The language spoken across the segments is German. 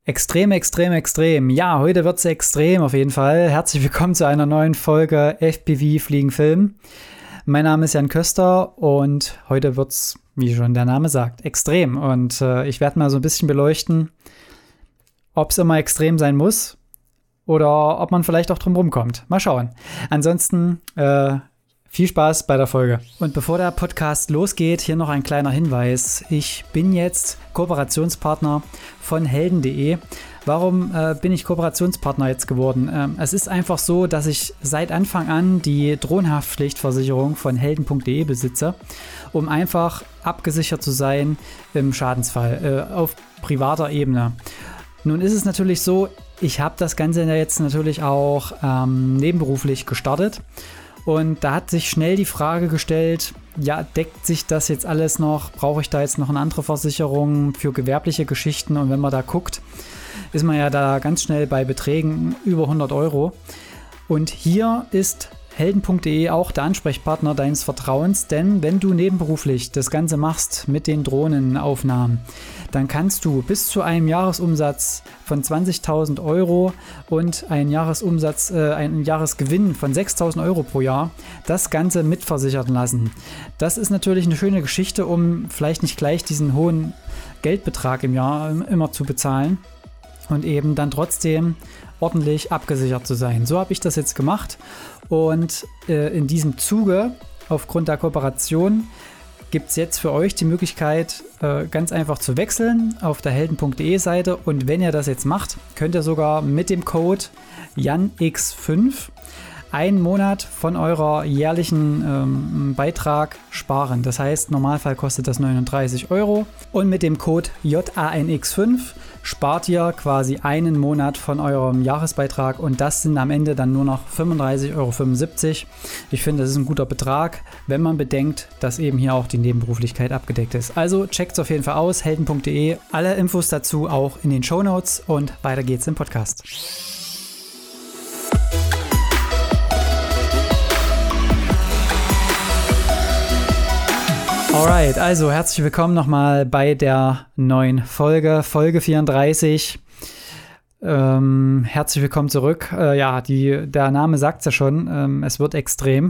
Extrem, extrem, extrem. Ja, heute wird's extrem auf jeden Fall. Herzlich willkommen zu einer neuen Folge FPV Fliegen Film. Mein Name ist Jan Köster und heute wird's, wie schon der Name sagt, extrem. Und ich werde mal so ein bisschen beleuchten, ob es immer extrem sein muss oder ob man vielleicht auch drum rumkommt. Mal schauen. Ansonsten viel Spaß bei der Folge. Und bevor der Podcast losgeht, hier noch ein kleiner Hinweis. Ich bin jetzt Kooperationspartner von helden.de. Warum bin ich Kooperationspartner jetzt geworden? Es ist einfach so, dass ich seit Anfang an die Drohnenhaftpflichtversicherung von helden.de besitze, um einfach abgesichert zu sein im Schadensfall auf privater Ebene. Nun ist es natürlich so, ich habe das Ganze jetzt natürlich auch nebenberuflich gestartet. Und da hat sich schnell die Frage gestellt, ja, deckt sich das jetzt alles noch? Brauche ich da jetzt noch eine andere Versicherung für gewerbliche Geschichten? Und wenn man da guckt, ist man ja da ganz schnell bei Beträgen über 100 Euro. Und hier ist helden.de auch der Ansprechpartner deines Vertrauens, denn wenn du nebenberuflich das Ganze machst mit den Drohnenaufnahmen, dann kannst du bis zu einem Jahresumsatz von 20.000 Euro und einen Jahresgewinn von 6.000 Euro pro Jahr das Ganze mitversichern lassen. Das ist natürlich eine schöne Geschichte, um vielleicht nicht gleich diesen hohen Geldbetrag im Jahr immer zu bezahlen und eben dann trotzdem ordentlich abgesichert zu sein. So habe ich das jetzt gemacht und in diesem Zuge, aufgrund der Kooperation, gibt es jetzt für euch die Möglichkeit, ganz einfach zu wechseln auf der helden.de Seite, und wenn ihr das jetzt macht, könnt ihr sogar mit dem Code JANX5 einen Monat von eurer jährlichen Beitrag sparen. Das heißt, im Normalfall kostet das 39 Euro und mit dem Code JANX5 spart ihr quasi einen Monat von eurem Jahresbeitrag und das sind am Ende dann nur noch 35,75 Euro. Ich finde, das ist ein guter Betrag, wenn man bedenkt, dass eben hier auch die Nebenberuflichkeit abgedeckt ist. Also checkt es auf jeden Fall aus, helden.de. Alle Infos dazu auch in den Shownotes und weiter geht's im Podcast. Alright, also herzlich willkommen nochmal bei der neuen Folge 34. Herzlich willkommen zurück. Der Name sagt es ja schon, es wird extrem.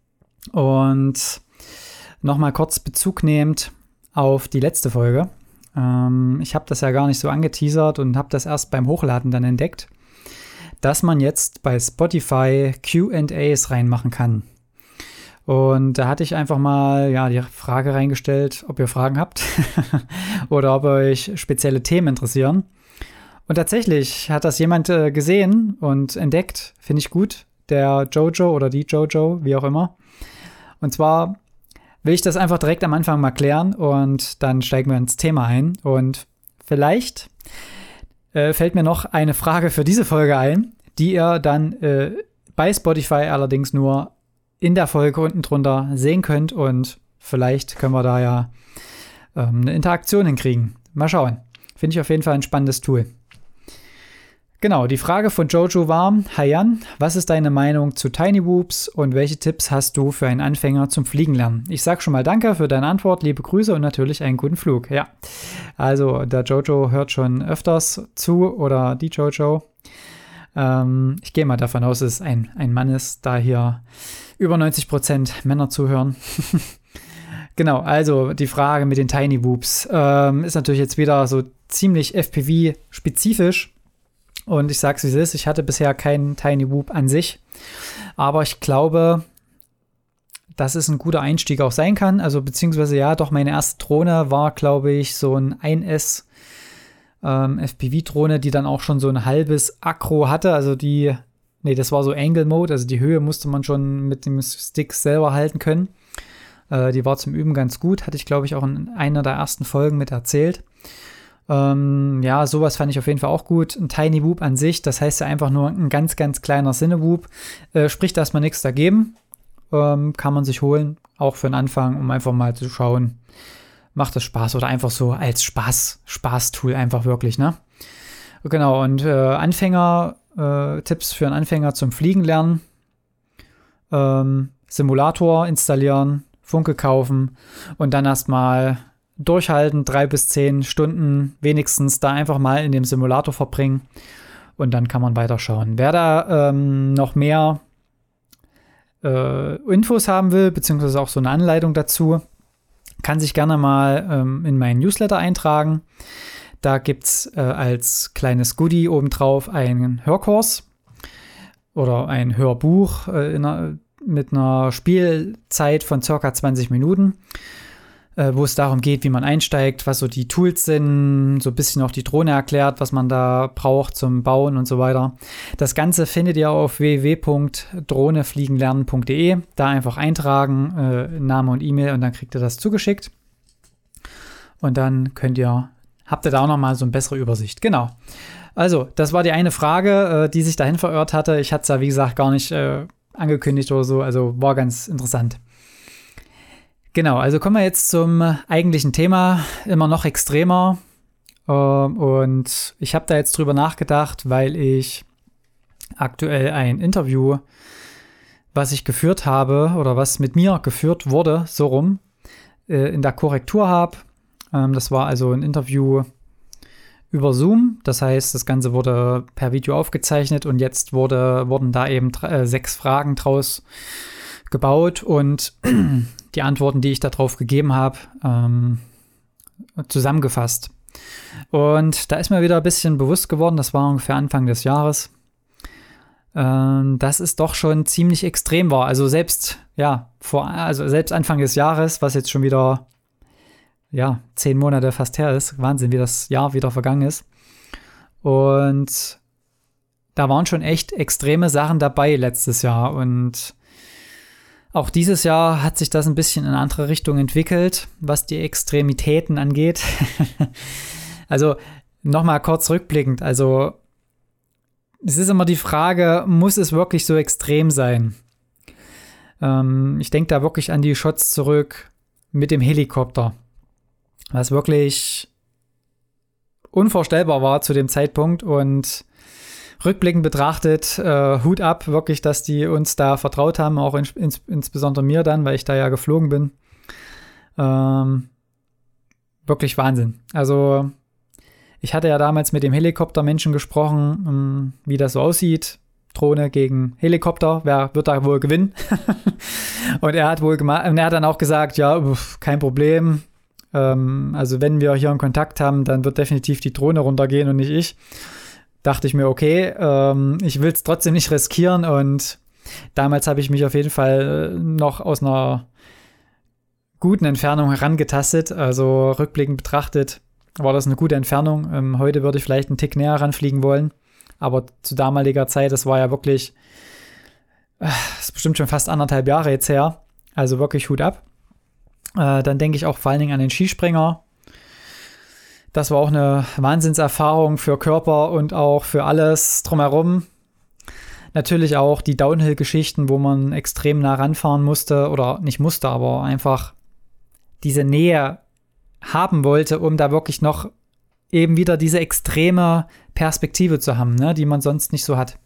Und nochmal kurz Bezug nehmend auf die letzte Folge. Ich habe das ja gar nicht so angeteasert und habe das erst beim Hochladen dann entdeckt, dass man jetzt bei Spotify Q&As reinmachen kann. Und da hatte ich einfach mal die Frage reingestellt, ob ihr Fragen habt oder ob euch spezielle Themen interessieren. Und tatsächlich hat das jemand gesehen und entdeckt, finde ich gut, der Jojo oder die Jojo, wie auch immer. Und zwar will ich das einfach direkt am Anfang mal klären und dann steigen wir ins Thema ein. Und vielleicht fällt mir noch eine Frage für diese Folge ein, die ihr dann bei Spotify allerdings nur in der Folge unten drunter sehen könnt und vielleicht können wir da ja eine Interaktion hinkriegen. Mal schauen. Finde ich auf jeden Fall ein spannendes Tool. Genau, die Frage von Jojo war: Hi Jan, was ist deine Meinung zu Tiny Whoops und welche Tipps hast du für einen Anfänger zum Fliegenlernen? Ich sag schon mal danke für deine Antwort, liebe Grüße und natürlich einen guten Flug. Ja, also der Jojo hört schon öfters zu oder die Jojo. Ich gehe mal davon aus, dass es ein Mann ist, da hier über 90% Männer zuhören. Genau, also die Frage mit den Tiny Whoops ist natürlich jetzt wieder so ziemlich FPV-spezifisch. Und ich sag's wie es ist, ich hatte bisher keinen Tiny Whoop an sich. Aber ich glaube, dass es ein guter Einstieg auch sein kann. Also beziehungsweise meine erste Drohne war, glaube ich, so ein 1S FPV-Drohne, die dann auch schon so ein halbes Akro hatte. Also das war so Angle Mode, also die Höhe musste man schon mit dem Stick selber halten können. Die war zum Üben ganz gut, hatte ich, glaube ich, auch in einer der ersten Folgen mit erzählt. Sowas fand ich auf jeden Fall auch gut. Ein Tiny Whoop an sich, das heißt ja einfach nur ein ganz, ganz kleiner Cine-Whoop. Spricht erstmal nichts dagegen. Kann man sich holen, auch für den Anfang, um einfach mal zu schauen, macht das Spaß oder einfach so als Spaß-Tool einfach wirklich, ne? Genau, und Tipps für einen Anfänger zum Fliegen lernen. Simulator installieren, Funke kaufen und dann erstmal durchhalten, 3 bis 10 Stunden wenigstens da einfach mal in dem Simulator verbringen und dann kann man weiterschauen. Wer da noch mehr Infos haben will, beziehungsweise auch so eine Anleitung dazu, kann sich gerne mal in meinen Newsletter eintragen. Da gibt es als kleines Goodie obendrauf einen Hörkurs oder ein Hörbuch mit einer Spielzeit von circa 20 Minuten, wo es darum geht, wie man einsteigt, was so die Tools sind, so ein bisschen auch die Drohne erklärt, was man da braucht zum Bauen und so weiter. Das Ganze findet ihr auf www.dronefliegenlernen.de. Da einfach eintragen, Name und E-Mail und dann kriegt ihr das zugeschickt. Und dann habt ihr da auch nochmal so eine bessere Übersicht. Genau. Also, das war die eine Frage, die sich dahin verirrt hatte. Ich hatte es ja, wie gesagt, gar nicht angekündigt oder so. Also war ganz interessant. Genau, also kommen wir jetzt zum eigentlichen Thema, immer noch extremer. Und ich habe da jetzt drüber nachgedacht, weil ich aktuell ein Interview, was ich geführt habe oder was mit mir geführt wurde, so rum, in der Korrektur habe. Das war also ein Interview über Zoom. Das heißt, das Ganze wurde per Video aufgezeichnet und jetzt wurden da eben 6 Fragen draus gebaut und die Antworten, die ich darauf gegeben habe, zusammengefasst. Und da ist mir wieder ein bisschen bewusst geworden, das war ungefähr Anfang des Jahres, dass es doch schon ziemlich extrem war. Also selbst Anfang des Jahres, was jetzt schon wieder 10 Monate fast her ist. Wahnsinn, wie das Jahr wieder vergangen ist. Und da waren schon echt extreme Sachen dabei letztes Jahr. Und auch dieses Jahr hat sich das ein bisschen in eine andere Richtung entwickelt, was die Extremitäten angeht. Also nochmal kurz rückblickend. Also es ist immer die Frage, muss es wirklich so extrem sein? Ich denke da wirklich an die Shots zurück mit dem Helikopter, was wirklich unvorstellbar war zu dem Zeitpunkt und rückblickend betrachtet, Hut ab, wirklich, dass die uns da vertraut haben, auch insbesondere mir dann, weil ich da ja geflogen bin. Wirklich Wahnsinn. Also ich hatte ja damals mit dem Helikoptermenschen gesprochen, wie das so aussieht. Drohne gegen Helikopter, wer wird da wohl gewinnen? Und er hat dann auch gesagt, ja, kein Problem. Also wenn wir hier einen Kontakt haben, dann wird definitiv die Drohne runtergehen und nicht ich. Dachte ich mir, okay, ich will es trotzdem nicht riskieren und damals habe ich mich auf jeden Fall noch aus einer guten Entfernung herangetastet. Also rückblickend betrachtet war das eine gute Entfernung. Heute würde ich vielleicht einen Tick näher ranfliegen wollen, aber zu damaliger Zeit, das war ja wirklich, das ist bestimmt schon fast 1,5 Jahre jetzt her, also wirklich Hut ab. Dann denke ich auch vor allen Dingen an den Skispringer. Das war auch eine Wahnsinnserfahrung für Körper und auch für alles drumherum. Natürlich auch die Downhill-Geschichten, wo man extrem nah ranfahren musste oder nicht musste, aber einfach diese Nähe haben wollte, um da wirklich noch eben wieder diese extreme Perspektive zu haben, ne, die man sonst nicht so hat.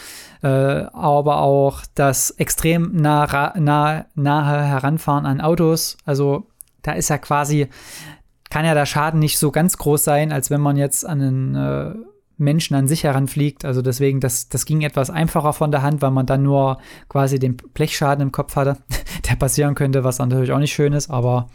Aber auch das extrem nahe Heranfahren an Autos, also da ist ja quasi, kann ja der Schaden nicht so ganz groß sein, als wenn man jetzt an einen Menschen an sich heranfliegt. Also deswegen, das ging etwas einfacher von der Hand, weil man dann nur quasi den Blechschaden im Kopf hatte, der passieren könnte, was natürlich auch nicht schön ist, aber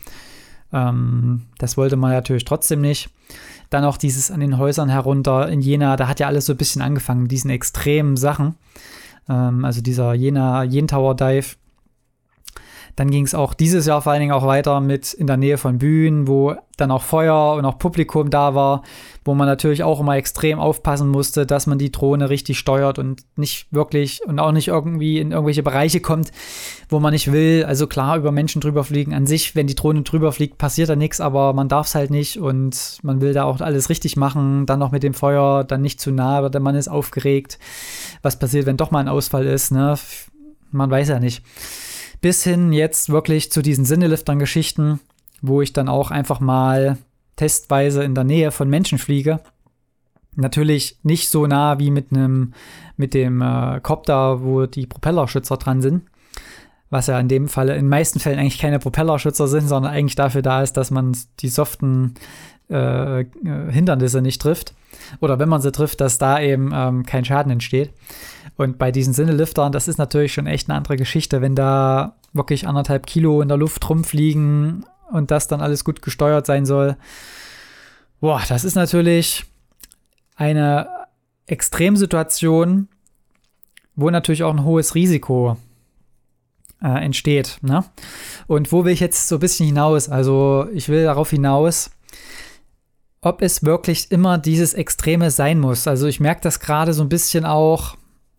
das wollte man natürlich trotzdem nicht. Dann auch dieses an den Häusern herunter in Jena, da hat ja alles so ein bisschen angefangen, diesen extremen Sachen. Also dieser Jentower Dive. Dann ging es auch dieses Jahr vor allen Dingen auch weiter mit in der Nähe von Bühnen, wo dann auch Feuer und auch Publikum da war, wo man natürlich auch immer extrem aufpassen musste, dass man die Drohne richtig steuert und nicht wirklich und auch nicht irgendwie in irgendwelche Bereiche kommt, wo man nicht will. Also klar, über Menschen drüber fliegen an sich, wenn die Drohne drüber fliegt, passiert da nichts, aber man darf es halt nicht und man will da auch alles richtig machen. Dann noch mit dem Feuer, dann nicht zu nah, aber der Mann ist aufgeregt. Was passiert, wenn doch mal ein Ausfall ist, ne? Man weiß ja nicht. Bis hin jetzt wirklich zu diesen Sinneliftern-Geschichten, wo ich dann auch einfach mal testweise in der Nähe von Menschen fliege. Natürlich nicht so nah wie mit dem Copter, wo die Propellerschützer dran sind, was ja in dem Fall in den meisten Fällen eigentlich keine Propellerschützer sind, sondern eigentlich dafür da ist, dass man die soften Hindernisse nicht trifft. Oder wenn man sie trifft, dass da eben kein Schaden entsteht. Und bei diesen Sinneliftern, das ist natürlich schon echt eine andere Geschichte, wenn da wirklich 1,5 Kilo in der Luft rumfliegen und das dann alles gut gesteuert sein soll. Boah, das ist natürlich eine Extremsituation, wo natürlich auch ein hohes Risiko entsteht. Ne? Und wo will ich jetzt so ein bisschen hinaus? Also ich will darauf hinaus, ob es wirklich immer dieses Extreme sein muss. Also ich merke das gerade so ein bisschen auch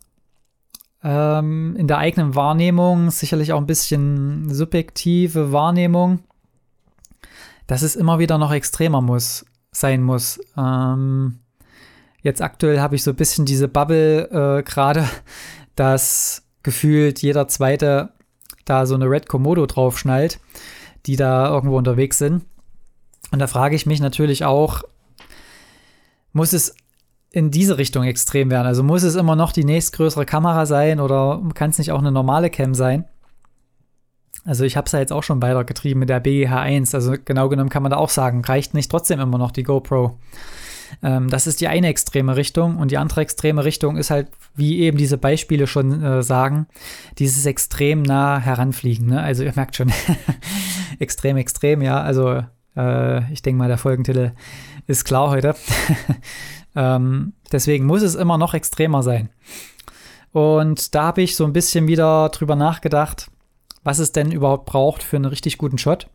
in der eigenen Wahrnehmung, sicherlich auch ein bisschen subjektive Wahrnehmung, dass es immer wieder noch extremer sein muss. Jetzt aktuell habe ich so ein bisschen diese Bubble gerade, dass gefühlt jeder Zweite da so eine Red Komodo draufschnallt, die da irgendwo unterwegs sind. Und da frage ich mich natürlich auch, muss es in diese Richtung extrem werden? Also muss es immer noch die nächstgrößere Kamera sein oder kann es nicht auch eine normale Cam sein? Also ich habe es ja jetzt auch schon weitergetrieben mit der BGH1. Also genau genommen kann man da auch sagen, reicht nicht trotzdem immer noch die GoPro. Das ist die eine extreme Richtung und die andere extreme Richtung ist halt, wie eben diese Beispiele schon sagen, dieses extrem nah heranfliegen. Ne? Also ihr merkt schon, extrem, ja. Also ich denke mal, der Folgentitel ist klar heute. Deswegen muss es immer noch extremer sein. Und da habe ich so ein bisschen wieder drüber nachgedacht, was es denn überhaupt braucht für einen richtig guten Shot.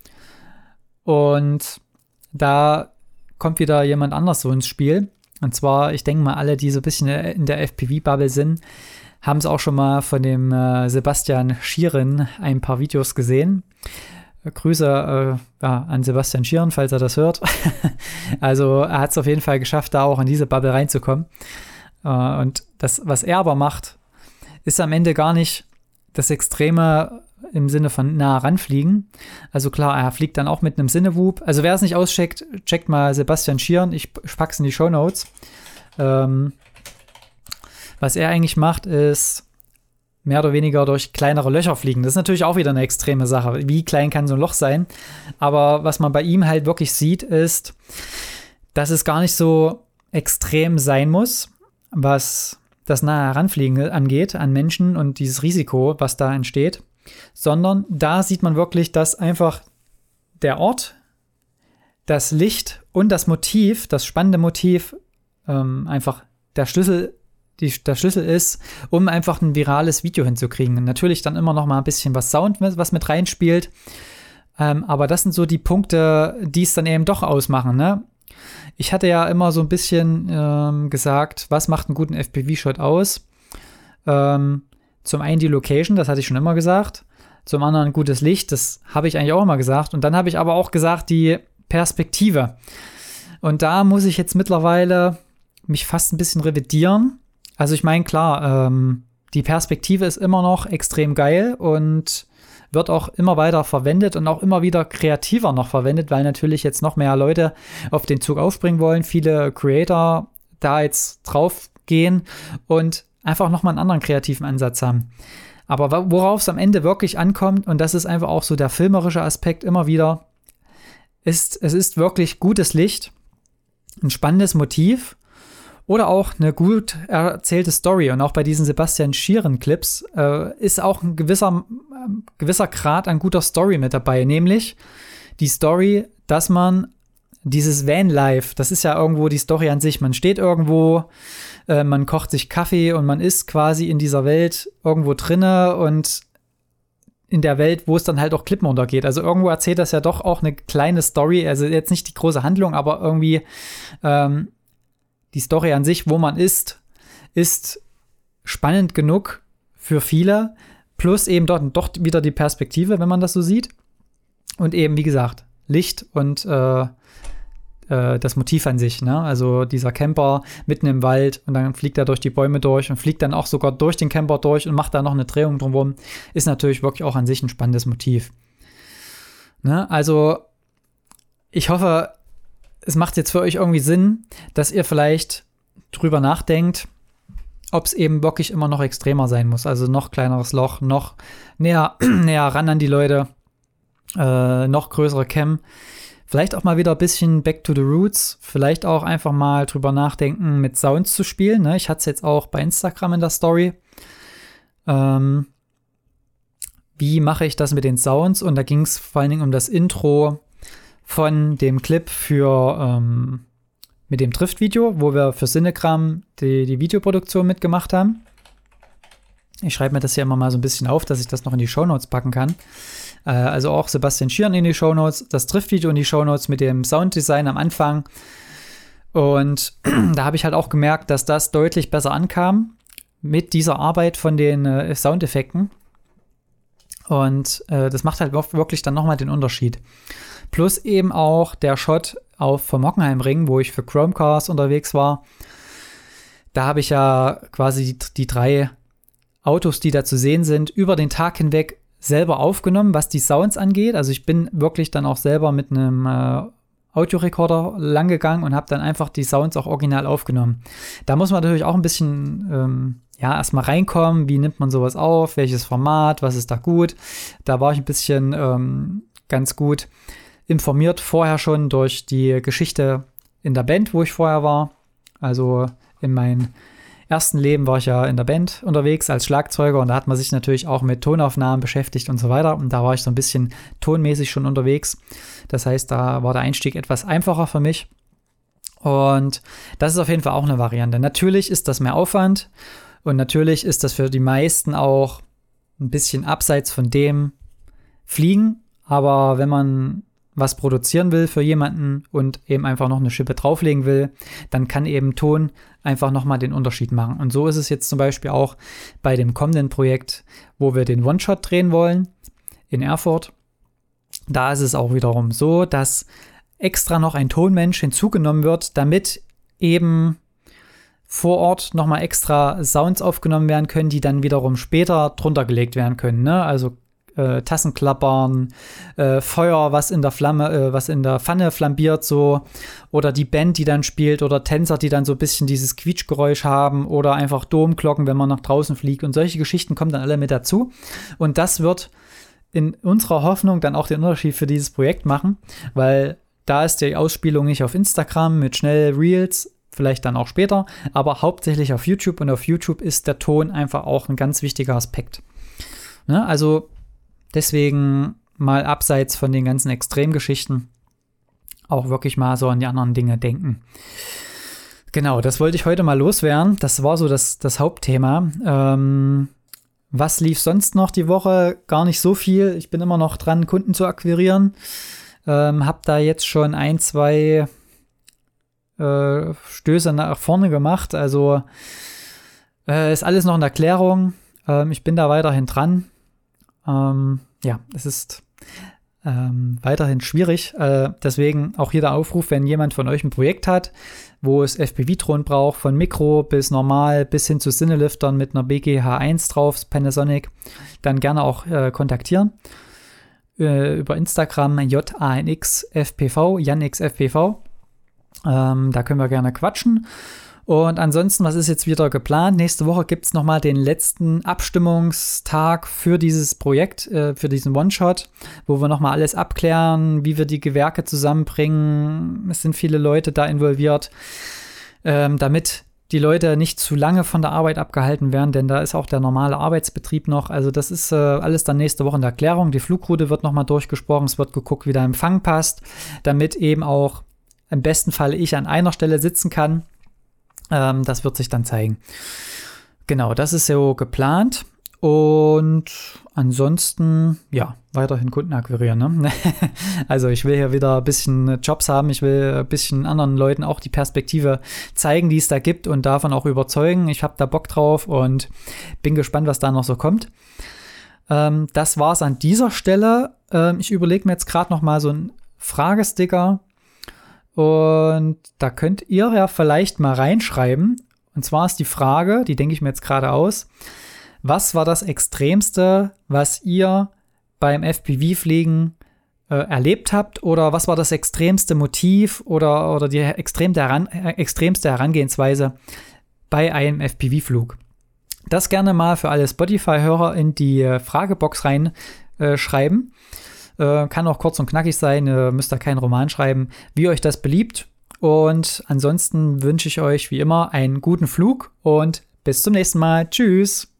Und da kommt wieder jemand anders so ins Spiel. Und zwar, ich denke mal, alle, die so ein bisschen in der FPV-Bubble sind, haben es auch schon mal von dem Sebastian Schieren ein paar Videos gesehen. Grüße an Sebastian Schieren, falls er das hört. Also er hat es auf jeden Fall geschafft, da auch in diese Bubble reinzukommen. Und das, was er aber macht, ist am Ende gar nicht das Extreme im Sinne von nah ranfliegen. Also klar, er fliegt dann auch mit einem Cinewoop. Also wer es nicht auscheckt, checkt mal Sebastian Schieren. Ich pack's in die Shownotes. Was er eigentlich macht, ist mehr oder weniger durch kleinere Löcher fliegen. Das ist natürlich auch wieder eine extreme Sache. Wie klein kann so ein Loch sein? Aber was man bei ihm halt wirklich sieht, ist, dass es gar nicht so extrem sein muss, was das nahe Heranfliegen angeht an Menschen und dieses Risiko, was da entsteht, sondern da sieht man wirklich, dass einfach der Ort, das Licht und das Motiv, das spannende Motiv, einfach der Schlüssel ist, um einfach ein virales Video hinzukriegen. Und natürlich dann immer noch mal ein bisschen was Sound, was mit reinspielt. Aber das sind so die Punkte, die es dann eben doch ausmachen. Ne? Ich hatte ja immer so ein bisschen gesagt, was macht einen guten FPV-Shot aus? Zum einen die Location, das hatte ich schon immer gesagt. Zum anderen gutes Licht, das habe ich eigentlich auch immer gesagt. Und dann habe ich aber auch gesagt, die Perspektive. Und da muss ich jetzt mittlerweile mich fast ein bisschen revidieren. Also ich meine, klar, die Perspektive ist immer noch extrem geil und wird auch immer weiter verwendet und auch immer wieder kreativer noch verwendet, weil natürlich jetzt noch mehr Leute auf den Zug aufspringen wollen, viele Creator da jetzt drauf gehen und einfach nochmal einen anderen kreativen Ansatz haben. Aber worauf es am Ende wirklich ankommt, und das ist einfach auch so der filmerische Aspekt immer wieder, es ist wirklich gutes Licht, ein spannendes Motiv oder auch eine gut erzählte Story. Und auch bei diesen Sebastian Schieren-Clips ist auch ein gewisser Grad an guter Story mit dabei. Nämlich die Story, dass man dieses Vanlife, das ist ja irgendwo die Story an sich. Man steht irgendwo, man kocht sich Kaffee und man ist quasi in dieser Welt irgendwo drinne und in der Welt, wo es dann halt auch Klippen runtergeht. Also irgendwo erzählt das ja doch auch eine kleine Story. Also jetzt nicht die große Handlung, aber irgendwie die Story an sich, wo man ist spannend genug für viele. Plus eben doch wieder die Perspektive, wenn man das so sieht. Und eben, wie gesagt, Licht und das Motiv an sich. Ne? Also dieser Camper mitten im Wald und dann fliegt er durch die Bäume durch und fliegt dann auch sogar durch den Camper durch und macht da noch eine Drehung drumherum. Ist natürlich wirklich auch an sich ein spannendes Motiv. Ne? Also ich hoffe, es macht jetzt für euch irgendwie Sinn, dass ihr vielleicht drüber nachdenkt, ob es eben wirklich immer noch extremer sein muss. Also noch kleineres Loch, noch näher ran an die Leute, noch größere Cam. Vielleicht auch mal wieder ein bisschen back to the roots. Vielleicht auch einfach mal drüber nachdenken, mit Sounds zu spielen. Ne? Ich hatte es jetzt auch bei Instagram in der Story. Wie mache ich das mit den Sounds? Und da ging es vor allen Dingen um das Intro von dem Clip für mit dem Drift-Video, wo wir für Cinegram die Videoproduktion mitgemacht haben. Ich schreibe mir das hier immer mal so ein bisschen auf, dass ich das noch in die Shownotes packen kann. Also auch Sebastian Schirn in die Shownotes, das Drift-Video in die Shownotes mit dem Sounddesign am Anfang. Und da habe ich halt auch gemerkt, dass das deutlich besser ankam mit dieser Arbeit von den Soundeffekten. Und das macht halt wirklich dann nochmal den Unterschied. Plus eben auch der Shot vom Hockenheimring, wo ich für Chromecast unterwegs war. Da habe ich ja quasi die 3 Autos, die da zu sehen sind, über den Tag hinweg selber aufgenommen, was die Sounds angeht. Also ich bin wirklich dann auch selber mit einem Audiorekorder lang gegangen und habe dann einfach die Sounds auch original aufgenommen. Da muss man natürlich auch ein bisschen erstmal reinkommen. Wie nimmt man sowas auf? Welches Format? Was ist da gut? Da war ich ein bisschen ganz gut informiert vorher schon durch die Geschichte in der Band, wo ich vorher war. Also in meinem ersten Leben war ich ja in der Band unterwegs als Schlagzeuger und da hat man sich natürlich auch mit Tonaufnahmen beschäftigt und so weiter. Und da war ich so ein bisschen tonmäßig schon unterwegs. Das heißt, da war der Einstieg etwas einfacher für mich. Und das ist auf jeden Fall auch eine Variante. Natürlich ist das mehr Aufwand und natürlich ist das für die meisten auch ein bisschen abseits von dem Fliegen. Aber wenn man was produzieren will für jemanden und eben einfach noch eine Schippe drauflegen will, dann kann eben Ton einfach nochmal den Unterschied machen. Und so ist es jetzt zum Beispiel auch bei dem kommenden Projekt, wo wir den One-Shot drehen wollen in Erfurt. Da ist es auch wiederum so, dass extra noch ein Tonmensch hinzugenommen wird, damit eben vor Ort nochmal extra Sounds aufgenommen werden können, die dann wiederum später drunter gelegt werden können, ne? Also Tassen klappern, Feuer, was in der Pfanne flambiert so, oder die Band, die dann spielt, oder Tänzer, die dann so ein bisschen dieses Quietschgeräusch haben, oder einfach Domglocken, wenn man nach draußen fliegt, und solche Geschichten kommen dann alle mit dazu. Und das wird in unserer Hoffnung dann auch den Unterschied für dieses Projekt machen, weil da ist die Ausspielung nicht auf Instagram mit schnell Reels, vielleicht dann auch später, aber hauptsächlich auf YouTube, und auf YouTube ist der Ton einfach auch ein ganz wichtiger Aspekt. Ne? Also deswegen mal abseits von den ganzen Extremgeschichten auch wirklich mal so an die anderen Dinge denken. Genau, das wollte ich heute mal loswerden. Das war so das Hauptthema. Was lief sonst noch die Woche? Gar nicht so viel. Ich bin immer noch dran, Kunden zu akquirieren. Hab da jetzt schon 1, 2 Stöße nach vorne gemacht. Also ist alles noch in Erklärung. Ich bin da weiterhin dran. Es ist weiterhin schwierig. Deswegen auch hier der Aufruf, wenn jemand von euch ein Projekt hat, wo es FPV-Drohnen braucht, von Mikro bis normal bis hin zu Cineliftern mit einer BGH1 drauf, Panasonic, dann gerne auch kontaktieren. Über Instagram JANXFPV, JanXFPV. Da können wir gerne quatschen. Und ansonsten, was ist jetzt wieder geplant? Nächste Woche gibt es nochmal den letzten Abstimmungstag für dieses Projekt, für diesen One-Shot, wo wir nochmal alles abklären, wie wir die Gewerke zusammenbringen. Es sind viele Leute da involviert, damit die Leute nicht zu lange von der Arbeit abgehalten werden, denn da ist auch der normale Arbeitsbetrieb noch. Also das ist alles dann nächste Woche in der Erklärung. Die Flugroute wird nochmal durchgesprochen, es wird geguckt, wie der Empfang passt, damit eben auch im besten Fall ich an einer Stelle sitzen kann. Das wird sich dann zeigen. Genau, das ist so geplant. Und ansonsten, ja, weiterhin Kunden akquirieren. Ne? Also ich will hier wieder ein bisschen Jobs haben. Ich will ein bisschen anderen Leuten auch die Perspektive zeigen, die es da gibt, und davon auch überzeugen. Ich habe da Bock drauf und bin gespannt, was da noch so kommt. Das war's an dieser Stelle. Ich überlege mir jetzt gerade noch mal so einen Fragesticker. Und da könnt ihr ja vielleicht mal reinschreiben. Und zwar ist die Frage, die denke ich mir jetzt gerade aus: Was war das Extremste, was ihr beim FPV-Fliegen erlebt habt? Oder was war das extremste Motiv oder die extremste Herangehensweise bei einem FPV-Flug? Das gerne mal für alle Spotify-Hörer in die Fragebox reinschreiben. Kann auch kurz und knackig sein, müsst da keinen Roman schreiben, wie euch das beliebt. Und ansonsten wünsche ich euch wie immer einen guten Flug und bis zum nächsten Mal. Tschüss!